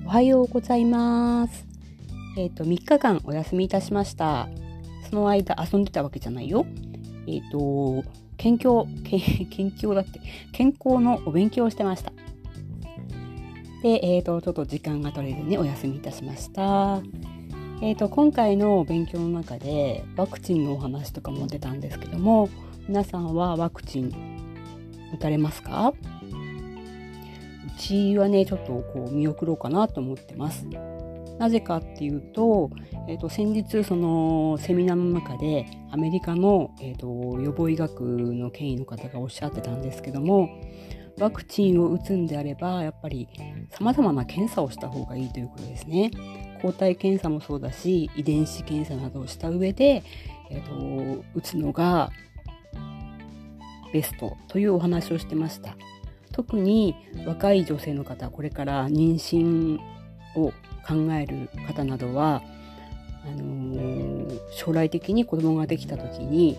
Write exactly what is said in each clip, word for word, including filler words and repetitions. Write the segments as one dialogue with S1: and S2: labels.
S1: おはようございます。えっと、みっかかんお休みいたしました。その間遊んでたわけじゃないよ。えっと、健康、健健康だって、健康のお勉強をしてました。で、えっと、ちょっと時間が取れずにお休みいたしました。えっと、今回の勉強の中でワクチンのお話とかも出たんですけども、皆さんはワクチン打たれますか？うちはね、ちょっとこう見送ろうかなと思ってます。なぜかっていうと、えー、と先日そのセミナーの中でアメリカの、えー、と予防医学の権威の方がおっしゃってたんですけども、ワクチンを打つんであればやっぱり様々な検査をした方がいいということですね。抗体検査もそうだし、遺伝子検査などをした上で、えー、と打つのがベストというお話をしてました。特に若い女性の方、これから妊娠を考える方などは、あのー、将来的に子供ができた時に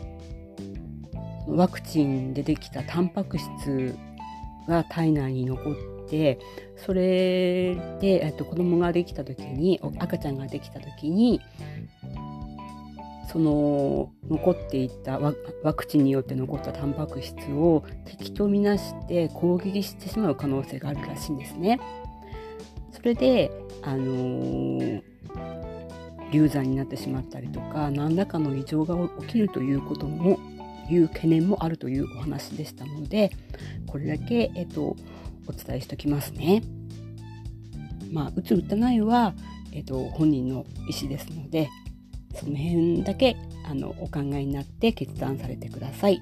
S1: ワクチンでできたタンパク質が体内に残って、それで、えっと、子供ができた時に赤ちゃんができた時にその残っていた ワ, ワクチンによって残ったタンパク質を敵とみなして攻撃してしまう可能性があるらしいんですね。それで、あのー、流産になってしまったりとか、何らかの異常が起きるということもいう懸念もあるというお話でしたので、これだけ、えっと、お伝えしておきますね。まあ、打つ打たないは、えっと、本人の意思ですので、その辺だけあのお考えになって決断されてください。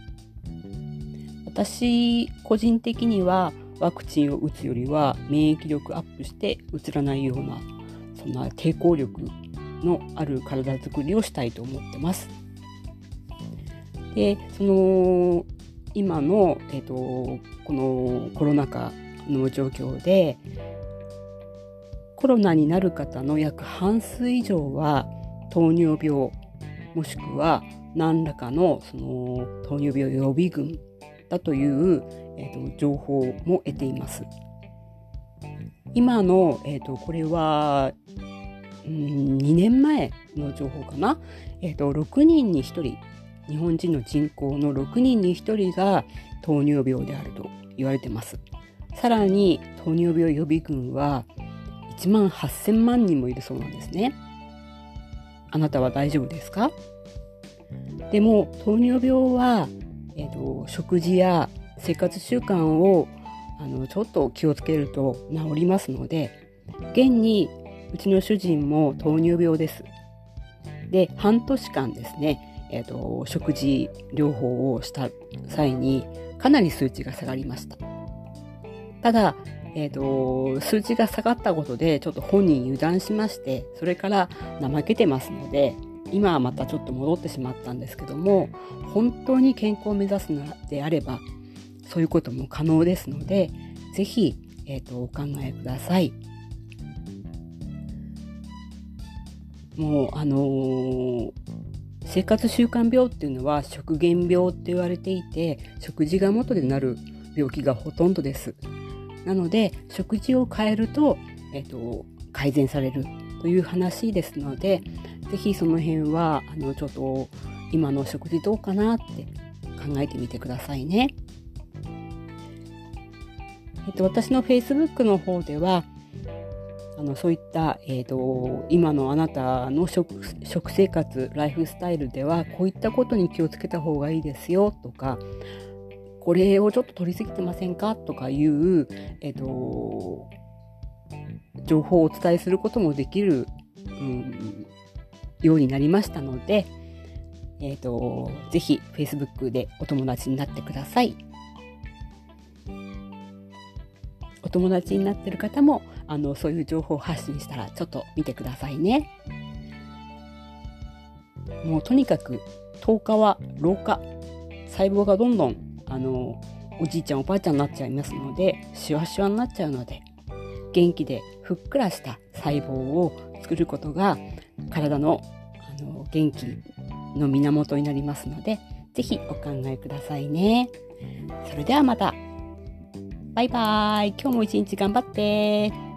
S1: 私個人的にはワクチンを打つよりは免疫力アップしてうつらないような、そんな抵抗力のある体づくりをしたいと思ってます。で、その今の、えーと、このコロナ禍の状況でコロナになる方の約半数以上は糖尿病もしくは何らかのその糖尿病予備軍だという、えーと、情報も得ています。今の、えーと、これはんにねんまえの情報かな、えーと、ろくにんにひとり、日本人の人口のろくにんにひとりが糖尿病であると言われています。さらに糖尿病予備軍はいちまんはっせんまんにんもいるそうなんですね。あなたは大丈夫ですか？でも糖尿病は、えーと、食事や生活習慣をあのちょっと気をつけると治りますので、現にうちの主人も糖尿病です。で、半年間ですね、えーと、食事療法をした際にかなり数値が下がりました。ただえーと、数値が下がったことでちょっと本人油断しまして、それから怠けてますので、今はまたちょっと戻ってしまったんですけども、本当に健康を目指すのであればそういうことも可能ですので、ぜひ、えーと、お考えください。もうあのー、生活習慣病っていうのは食原病って言われていて、食事が元でなる病気がほとんどです。なので食事を変えると、えーと、改善されるという話ですので、ぜひその辺はあのちょっと今の食事どうかなって考えてみてくださいね。えーと、私の Facebook の方ではあのそういった、えーと、今のあなたの 食, 食生活ライフスタイルではこういったことに気をつけた方がいいですよとか、これをちょっと取りすぎてませんかとかいう、えっと、情報をお伝えすることもできる、うん、ようになりましたので、えっと、ぜひ Facebook でお友達になってください。お友達になっている方もあのそういう情報を発信したらちょっと見てくださいね。もうとにかくとおかは老化、細胞がどんどんあのおじいちゃんおばあちゃんになっちゃいますので、シワシワになっちゃうので、元気でふっくらした細胞を作ることが体の、あの元気の源になりますので、ぜひお考えくださいね。それではまた。バイバイ。今日も一日頑張って。